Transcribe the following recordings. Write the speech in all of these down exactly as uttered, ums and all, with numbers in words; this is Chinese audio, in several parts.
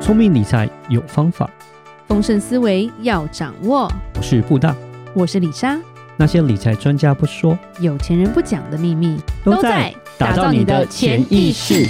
聪明理财有方法， 丰盛思维要掌握。 我是布大， 我是李莎。 那些理财专家不说， 有钱人不讲的秘密， 都在打造你的潜意识。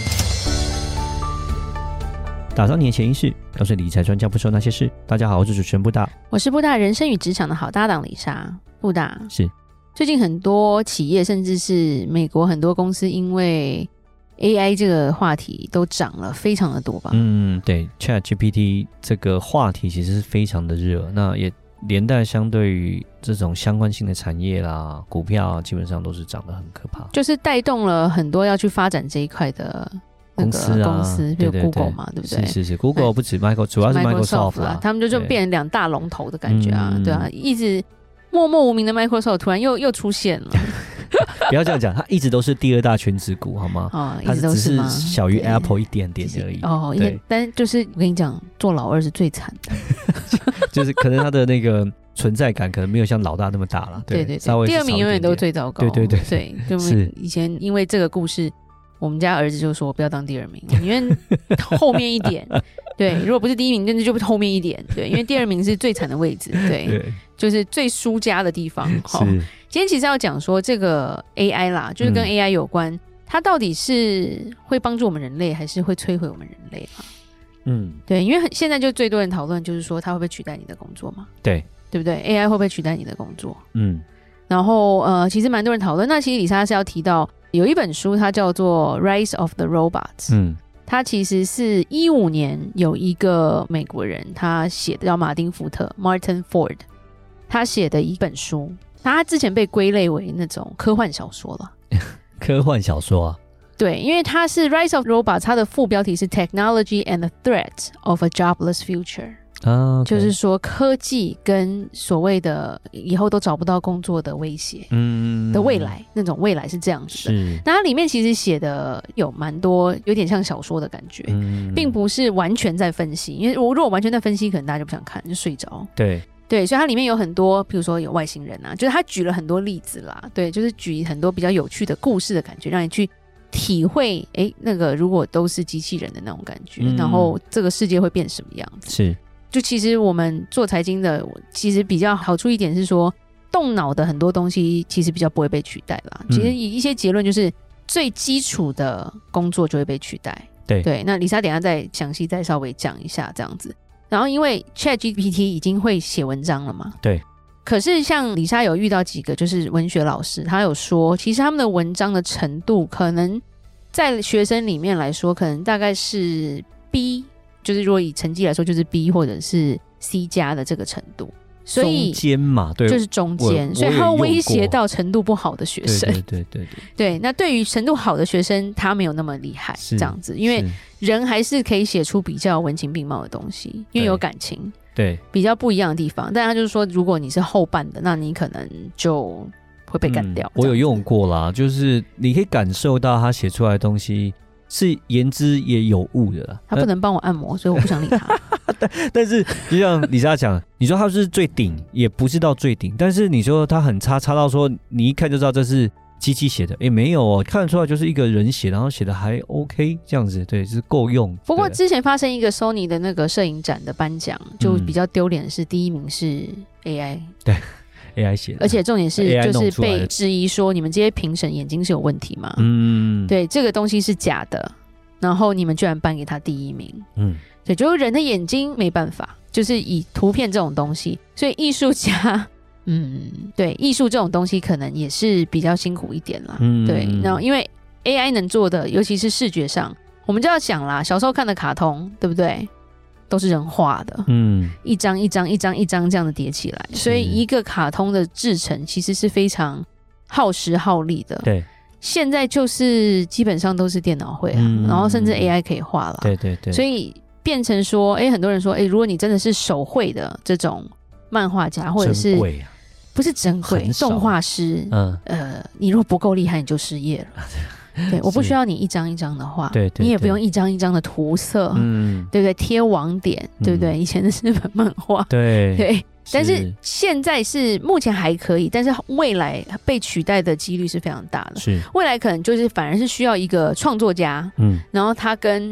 打造你的潜意识，告诉理财专家不说那些事。大家好，我是主持人布大， 我是布大人生与职场的好搭档李莎。布大是最近很多企业，甚至是美国很多公司，因为 A I 这个话题都涨了非常的多吧。 嗯，对 ChatGPT 这个话题其实是非常的热，那也连带相对于这种相关性的产业啦，股票啊，基本上都是涨得很可怕， 就是带动了很多要去发展这一块的那个公司啊， 公司比如 Google 嘛， 对, 对, 对, 对不对？ 是是是 ，Google 不止 Michael， 主要是 Microsoft 啦， 他们就就变成两大龙头的感觉啊， 嗯、 对啊，一直默默无名的 Microsoft 突然又又出现了。 不要这样讲，它一直都是第二大全指股，好吗？ 哦， 它只是小于 Apple 一点点而已。 哦，但就是我跟你讲，做老二是最惨的， 就是可能它的那个存在感可能没有像老大那么大了。对对对， 稍微第二名永远都最糟糕。 对对对对，就是以前因为这个故事，我们家儿子就说不要当第二名，因为后面一点。对，如果不是第一名，真的就后面一点。对，因为第二名是最惨的位置。对，对就是最输家的地方。好，今天其实要讲说这个 A I 啦，就是跟 A I 有关，嗯、它到底是会帮助我们人类，还是会摧毁我们人类啦？嗯，对，因为现在就最多人讨论就是说，它会不会取代你的工作嘛？ 对， 对不对 ？A I 会不会取代你的工作？ 嗯， 然后呃，其实蛮多人讨论。那其实李莎是要提到有一本书，它叫做《Rise of the Robots》。嗯。他其实是一五年有一个美国人，他写的叫马丁福特 Martin Ford， 他写的一本书，他之前被归类为那种科幻小说了。 科幻小说啊？对， 因为他是 Rise of Robots， 他的副标题是 Technology and the Threat of a Jobless Future。Ah, okay. 就是说科技跟所谓的以后都找不到工作的威胁的未来、嗯、那种未来是这样子的。那它里面其实写的有蛮多有点像小说的感觉、嗯、并不是完全在分析，因为如果完全在分析可能大家就不想看，就睡着。 对对，所以它里面有很多比如说有外星人啊，就是他举了很多例子啦，对，就是举很多比较有趣的故事的感觉，让你去体会诶那个如果都是机器人的那种感觉、嗯、然后这个世界会变什么样子。 是， 就其实我们做财经的其实比较好处一点是说，动脑的很多东西其实比较不会被取代啦、嗯、其实以一些结论就是最基础的工作就会被取代。 对对，那李莎等一下再详细再稍微讲一下这样子。然后因为 ChatGPT 已经会写文章了嘛， 对， 可是像李莎有遇到几个就是文学老师，他有说其实他们的文章的程度可能在学生里面来说可能大概是 B，就是如果以成绩来说就是 B 或者是 C 加的这个程度，所以中间嘛，对， 就是中间，所以它会威胁到程度不好的学生。 对对对对 对, 对，那对于程度好的学生他没有那么厉害这样子，因为人还是可以写出比较文情并茂的东西，因为有感情， 对， 比较不一样的地方。但他就是说如果你是后半的，那你可能就会被干掉、嗯、 我有用过啦，就是你可以感受到他写出来的东西是言之也有物的啦， 他不能帮我按摩，所以我不想理他。 但, 但是就像李莎讲，你说他是最顶，也不是到最顶，但是你说他很差，差到说你一看就知道这是机器写的，也没有哦，看得出来就是一个人写，然后写的还 OK 这样子，对，是够用。 不过之前发生一个 Sony 的那个摄影展的颁奖，就比较丢脸，是第一名是 A I， 对。A I 写的， 而且重点是就是被质疑说你们这些评审眼睛是有问题吗？嗯，对，这个东西是假的，然后你们居然颁给他第一名，嗯，对，就是人的眼睛没办法，就是以图片这种东西，所以艺术家，嗯，对，艺术这种东西可能也是比较辛苦一点啦，嗯，对，然后因为 A I 能做的，尤其是视觉上，我们就要想啦，小时候看的卡通，对不对？都是人画的，嗯，一张一张一张一张这样的叠起来，所以一个卡通的制成其实是非常耗时耗力的。 对， 现在就是基本上都是电脑绘啊、嗯，然后甚至 A I 可以画了。 对对对， 所以变成说，哎，很多人说，哎，如果你真的是手绘的这种漫画家，或者是不是真绘动画师，嗯呃，你如果不够厉害，你就失业了。对，我不需要你一张一张的画，对对对，你也不用一张一张的涂色，嗯，对不对？贴网点，嗯、对不对？以前的日本漫画， 对对，但是现在是目前还可以，但是未来被取代的几率是非常大的。 是， 未来可能就是反而是需要一个创作家，嗯，然后他跟机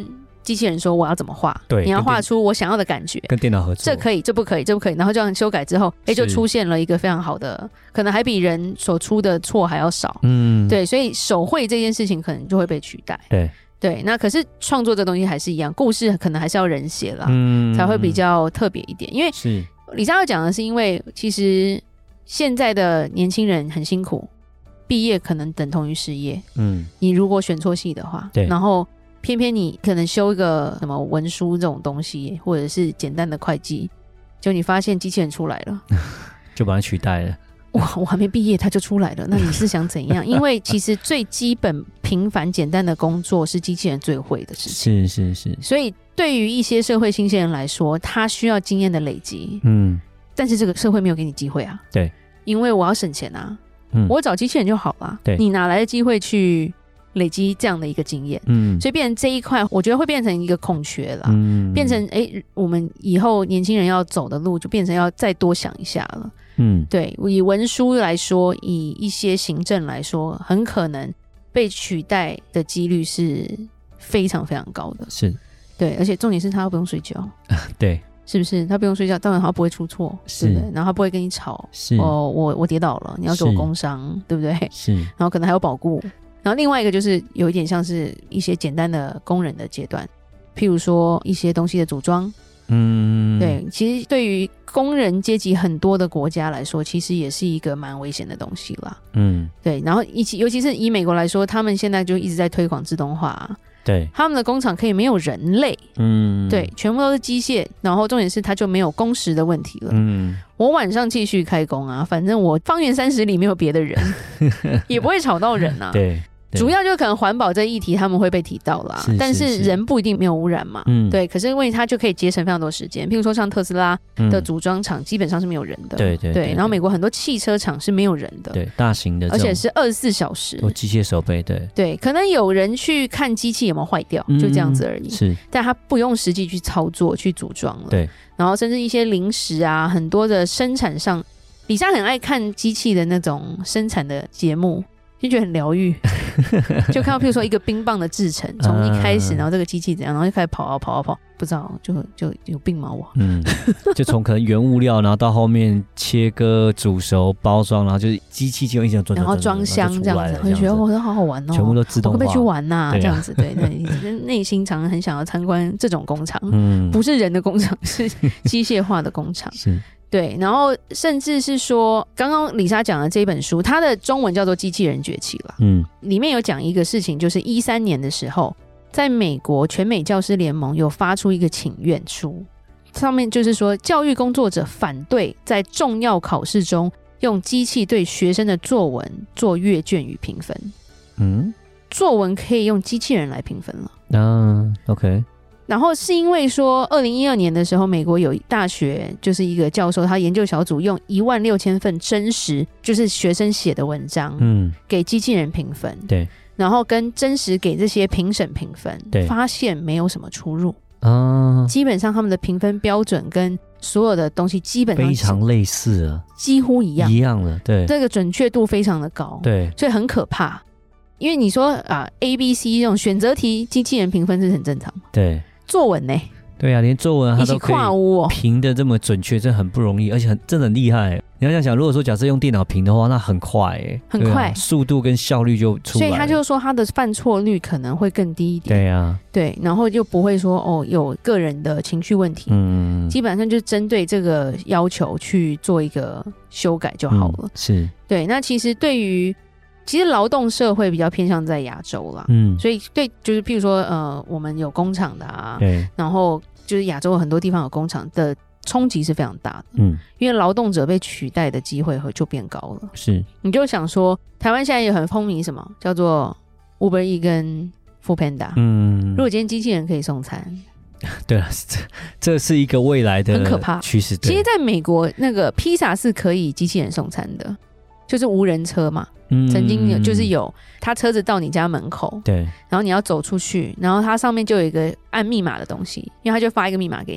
机器人说我要怎么画， 对， 你要画出我想要的感觉， 跟电脑合作， 这可以，这不可以，这不可以，然后这样修改之后，哎，就出现了一个非常好的，可能还比人所出的错还要少。嗯，对，所以手绘这件事情可能就会被取代。 对。 对，那可是创作这东西还是一样，故事可能还是要人写啦，嗯，才会比较特别一点。因为是李莎要讲的是，因为其实现在的年轻人很辛苦，毕业可能等同于失业。嗯，你如果选错系的话，对，然后偏偏你可能修一个什么文书这种东西，或者是简单的会计，就你发现机器人出来了， 就把它取代了。 哇，我还没毕业他就出来了，那你是想怎样？因为其实最基本平凡简单的工作是机器人最会的事情， 是是是。 所以对于一些社会新鲜人来说，他需要经验的累积，嗯，但是这个社会没有给你机会啊， 对， 因为我要省钱啊，嗯，我找机器人就好了，对，你哪来的机会去累积这样的一个经验？嗯，所以变成这一块，我觉得会变成一个空缺啦，嗯，变成哎，我们以后年轻人要走的路，就变成要再多想一下了。嗯，对，以文书来说，以一些行政来说，很可能被取代的几率是非常非常高的。 是， 对，而且重点是他不用睡觉， 对， 是不是？他不用睡觉，当然他不会出错，是对不对？然后他不会跟你吵，是哦，我我跌倒了，你要给我工伤，对不对？是，然后可能还有保固，然后另外一个就是有一点像是一些简单的工人的阶段，譬如说一些东西的组装。嗯，对，其实对于工人阶级很多的国家来说，其实也是一个蛮危险的东西啦。嗯，对，然后以及尤其是以美国来说，他们现在就一直在推广自动化， 对， 他们的工厂可以没有人类，嗯，对，全部都是机械，然后重点是它就没有工时的问题了。嗯，我晚上继续开工啊，反正我方圆三十里没有别的人，也不会吵到人啊。对。主要就可能环保这议题他们会被提到啦，是是是，但是人不一定没有污染嘛，嗯，对，可是因为它就可以节省非常多时间，譬如说像特斯拉的组装厂基本上是没有人的， 对对 对, 对， 然后美国很多汽车厂是没有人的， 对，大型的， 而且是二十四小时， 有机械手背，对对，可能有人去看机器有没有坏掉，就这样子而已，是，但他不用实际去操作去组装了，对，然后甚至一些零食啊，很多的生产上，李莎很爱看机器的那种生产的节目。就觉得很疗愈，就看到譬如说一个冰棒的制成，从一开始，然后这个机器怎样，然后就开始跑啊跑啊跑，不知道就就有病吗我？嗯， 就从可能原物料，然后到后面切割、煮熟、包装，然后就是机器就一直转， 然后装箱这样子，我就觉得我、哦、好好玩哦， 全部都自动化， 我可不可以去玩呐、啊？这样子，对对，内心常常很想要参观这种工厂，嗯，不是人的工厂，是机械化的工厂，是。对，然后甚至是说，刚刚李莎讲的这本书，它的中文叫做《机器人崛起》了。嗯，里面有讲一个事情，就是一三年的时候，在美国全美教师联盟有发出一个请愿书，上面就是说，教育工作者反对在重要考试中用机器对学生的作文做阅卷与评分。嗯，作文可以用机器人来评分了。 嗯、uh, ，OK。 然后是因为说二零一二年的时候，美国有大学就是一个教授，他研究小组用一万六千份真实就是学生写的文章，嗯，给机器人评分，对，然后跟真实给这些评审评分，对，发现没有什么出入，啊，基本上他们的评分标准跟所有的东西基本上非常类似了， 几乎一样， 一样了，对， 这个准确度非常的高，对，所以很可怕。因为你说啊 A、B、C 这种选择题，机器人评分是很正常，对。作文呢、欸？ 对啊，连作文它都可以评的这么准确，这很不容易，而且很真的很厉害。你要想想，如果说假设用电脑评的话，那很快哎、欸， 很快、啊， 速度跟效率就出来了。所以他就说他的犯错率可能会更低一点。 对啊， 对，然后就不会说哦有个人的情绪问题，嗯，基本上就针对这个要求去做一个修改就好了。嗯、是，对。那其实对于其实劳动社会比较偏向在亚洲啦，嗯，所以对，就是譬如说，呃，我们有工厂的啊，对，然后就是亚洲很多地方有工厂的冲击是非常大的，嗯，因为劳动者被取代的机会就变高了，是，你就想说，台湾现在也很风靡什么叫做 Uber E 跟 Foodpanda， 嗯，如果今天机器人可以送餐。 对了，这这是一个未来的很可怕趋势。 其实，在美国那个披萨是可以机器人送餐的，就是无人车嘛。曾经有就是有他车子到你家门口，对，然后你要走出去，然后它上面就有一个按密码的东西，因为他就发一个密码给你，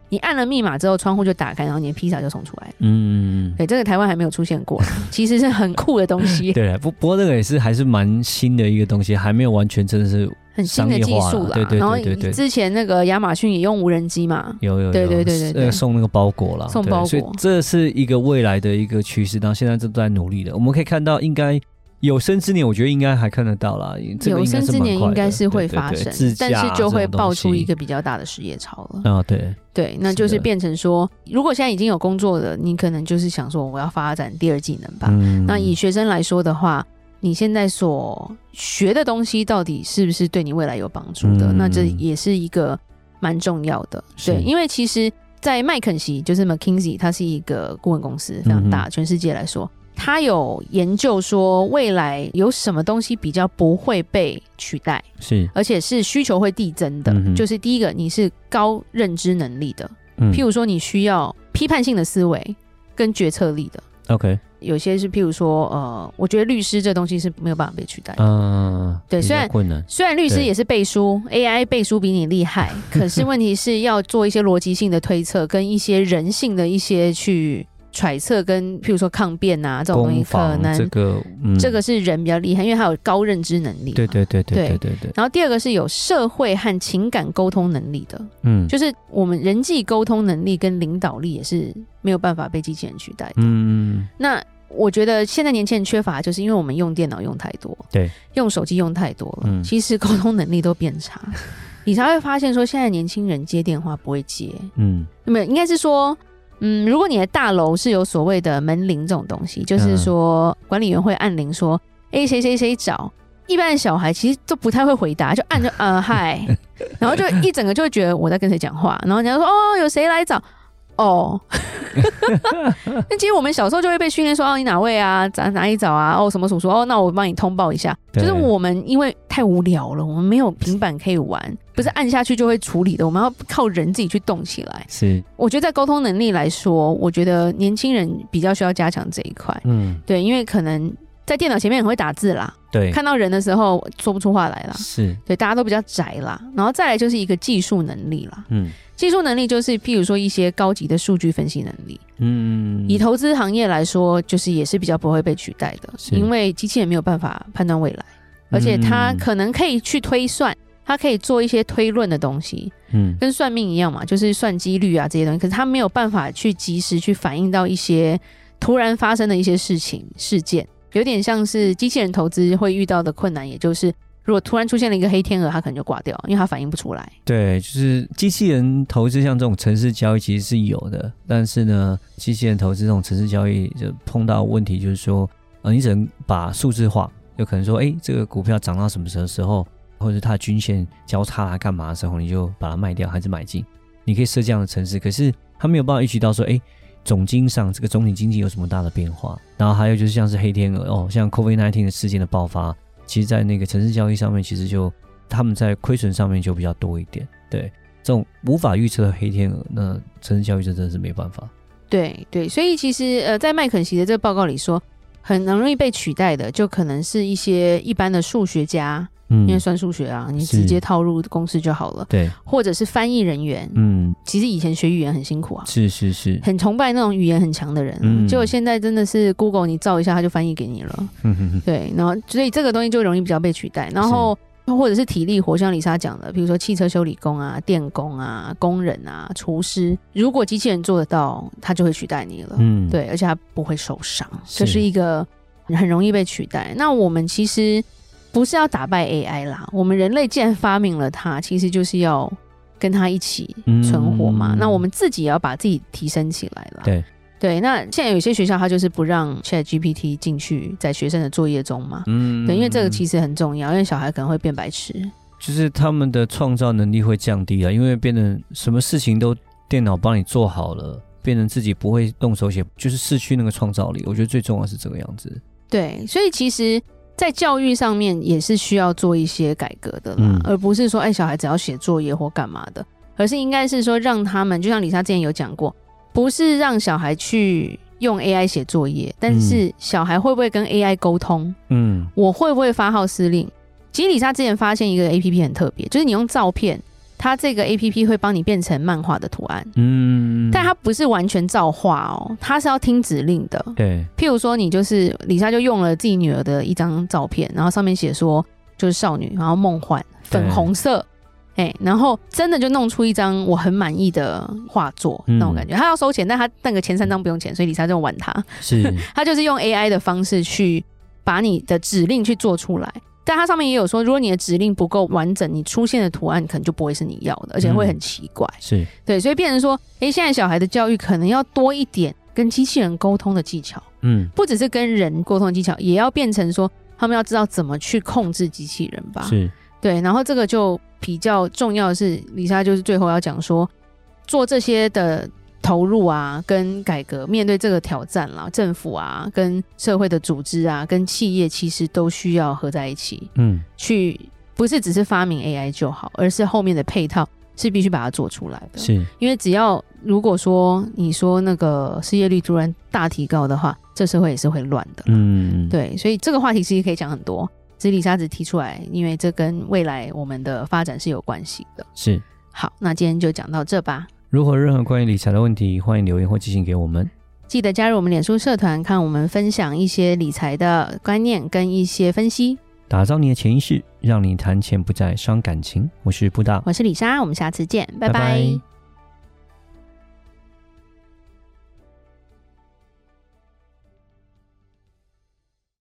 你按了密码之后，窗户就打开，然后你的披萨就送出来。嗯，对，这个台湾还没有出现过，其实是很酷的东西。 对，不不过这个也是还是蛮新的一个东西，还没有完全真的是很新的技术啦。 对对对对对。 然后之前那个亚马逊也用无人机嘛， 有有有， 对对对对对， 呃、送那个包裹啦， 送包裹， 所以这是一个未来的一个趋势，然后现在正在努力的。我们可以看到，应该有生之年，我觉得应该还看得到啦。这个、 有生之年应该是会发生， 对对对， 但是就会爆出一个比较大的失业潮了。 啊，对对，那就是变成说，如果现在已经有工作的，你可能就是想说我要发展第二技能吧。嗯、那以学生来说的话，你现在所学的东西到底是不是对你未来有帮助的？嗯、那这也是一个蛮重要的。对，因为其实，在麦肯锡就是 McKinsey， 它是一个顾问公司，非常大，嗯、全世界来说。他有研究说未来有什么东西比较不会被取代， 是而且是需求会递增的、嗯、就是第一个你是高认知能力的、嗯、譬如说你需要批判性的思维跟决策力的 OK， 有些是譬如说呃，我觉得律师这东西是没有办法被取代的、呃、对，虽然虽然律师也是背书 A I 背书比你厉害可是问题是要做一些逻辑性的推测跟一些人性的一些去揣测跟譬如说抗辩啊这种东西可能这个、嗯、 这个是人比较厉害，因为他有高认知能力嘛， 对对对对对对对。 然后第二个是有社会和情感沟通能力的，嗯，就是我们人际沟通能力跟领导力也是没有办法被机器人取代的。嗯，那我觉得现在年轻人缺乏，就是因为我们用电脑用太多， 对， 用手机用太多了，嗯、其实沟通能力都变差。你才会发现说，现在年轻人接电话不会接，嗯，那么应该是说。嗯，如果你的大楼是有所谓的门铃这种东西，就是说管理员会按铃说，哎，谁谁谁找，一般的小孩其实都不太会回答，就按就呃嗨，然后就一整个就会觉得我在跟谁讲话，然后人家说哦有谁来找，哦，那其实我们小时候就会被训练说哦你哪位啊，哪哪里找啊，哦什么叔叔，哦那我帮你通报一下，就是我们因为太无聊了，我们没有平板可以玩。不是按下去就会处理的，我们要靠人自己去动起来。是，我觉得在沟通能力来说，我觉得年轻人比较需要加强这一块。嗯，对，因为可能在电脑前面很会打字啦，对，看到人的时候说不出话来啦，是，对，大家都比较宅啦。然后再来就是一个技术能力啦，嗯，技术能力就是譬如说一些高级的数据分析能力，嗯，以投资行业来说，就是也是比较不会被取代的，因为机器人没有办法判断未来，而且它可能可以去推算。他可以做一些推论的东西，嗯，跟算命一样嘛，就是算几率啊这些东西。可是他没有办法去及时去反映到一些突然发生的一些事情事件，有点像是机器人投资会遇到的困难，也就是如果突然出现了一个黑天鹅，他可能就挂掉，因为他反应不出来。对， 就是机器人投资像这种程式交易其实是有的，但是呢，机器人投资这种程式交易就碰到问题，就是说，呃，你只能把数字化，有可能说，哎，这个股票涨到什么时候？或者它的均线交叉啦干嘛的时候，你就把它卖掉还是买进，你可以设这样的程式，可是它没有办法预期到说，哎，总经上这个总体经济有什么大的变化。然后还有就是像是黑天鹅哦，像 COVID 十九 的事件的爆发，其实在那个程式交易上面，其实就他们在亏损上面就比较多一点。对，这种无法预测的黑天鹅，那程式交易就真的是没办法。 对对，所以其实呃，在麦肯锡的这个报告里说，很容易被取代的，就可能是一些一般的数学家。嗯、因为算数学啊，你直接套入公式就好了。对，或者是翻译人员。嗯，其实以前学语言很辛苦啊， 是是是， 很崇拜那种语言很强的人、啊。嗯，结果现在真的是 Google 你照一下，他就翻译给你了。嗯哼哼，对，然后所以这个东西就容易比较被取代。然后或者是体力活，像李莎讲的，比如说汽车修理工啊、电工啊、工人啊、厨师，如果机器人做得到，他就会取代你了。嗯，对，而且他不会受伤，这是一个很容易被取代。那我们其实。不是要打败 A I 啦，我们人类既然发明了它，其实就是要跟它一起存活嘛、嗯、那我们自己也要把自己提升起来啦。对对，那现在有些学校它就是不让 ChatGPT 进去在学生的作业中嘛，嗯，对，因为这个其实很重要，因为小孩可能会变白痴， 就是他们的创造能力会降低啊，因为变成什么事情都电脑帮你做好了，变成自己不会动手写，就是失去那个创造力。我觉得最重要是这个样子。 对，所以其实在教育上面也是需要做一些改革的啦、嗯、而不是说哎，小孩只要写作业或干嘛的，而是应该是说让他们，就像李莎之前有讲过，不是让小孩去用 A I 写作业，但是小孩会不会跟 A I 沟通，嗯，我会不会发号施令。其实李莎之前发现一个 A P P 很特别，就是你用照片它这个 A P P 会帮你变成漫画的图案，嗯，但它不是完全照画哦，它是要听指令的。 对， 譬如说你就是李莎就用了自己女儿的一张照片，然后上面写说就是少女，然后梦幻粉红色，哎，然后真的就弄出一张我很满意的画作，嗯、那种感觉。他要收钱，但他那个前三张不用钱，所以李莎就玩它。 是， 他就是用 A I 的方式去把你的指令去做出来。但它上面也有说，如果你的指令不够完整，你出现的图案可能就不会是你要的，而且会很奇怪。 嗯、是对，所以变成说，哎，现在小孩的教育可能要多一点跟机器人沟通的技巧，嗯，不只是跟人沟通的技巧，也要变成说他们要知道怎么去控制机器人吧。 是， 对，然后这个就比较重要的是，李莎就是最后要讲说，做这些的投入啊，跟改革，面对这个挑战啦，政府啊，跟社会的组织啊，跟企业其实都需要合在一起，嗯，去不是只是发明 A I 就好，而是后面的配套是必须把它做出来的。 是， 因为只要如果说你说那个失业率突然大提高的话，这社会也是会乱的。嗯，对，所以这个话题其实可以讲很多，只是李莎只提出来，因为这跟未来我们的发展是有关系的。 是， 好，那今天就讲到这吧。 如果任何关于理财的问题，欢迎留言或寄信给我们。 记得加入我们脸书社团，看我们分享一些理财的观念跟一些分析， 打造你的潜意识，让你谈钱不再伤感情。我是布大， 我是李莎，我们下次见，拜拜。拜拜。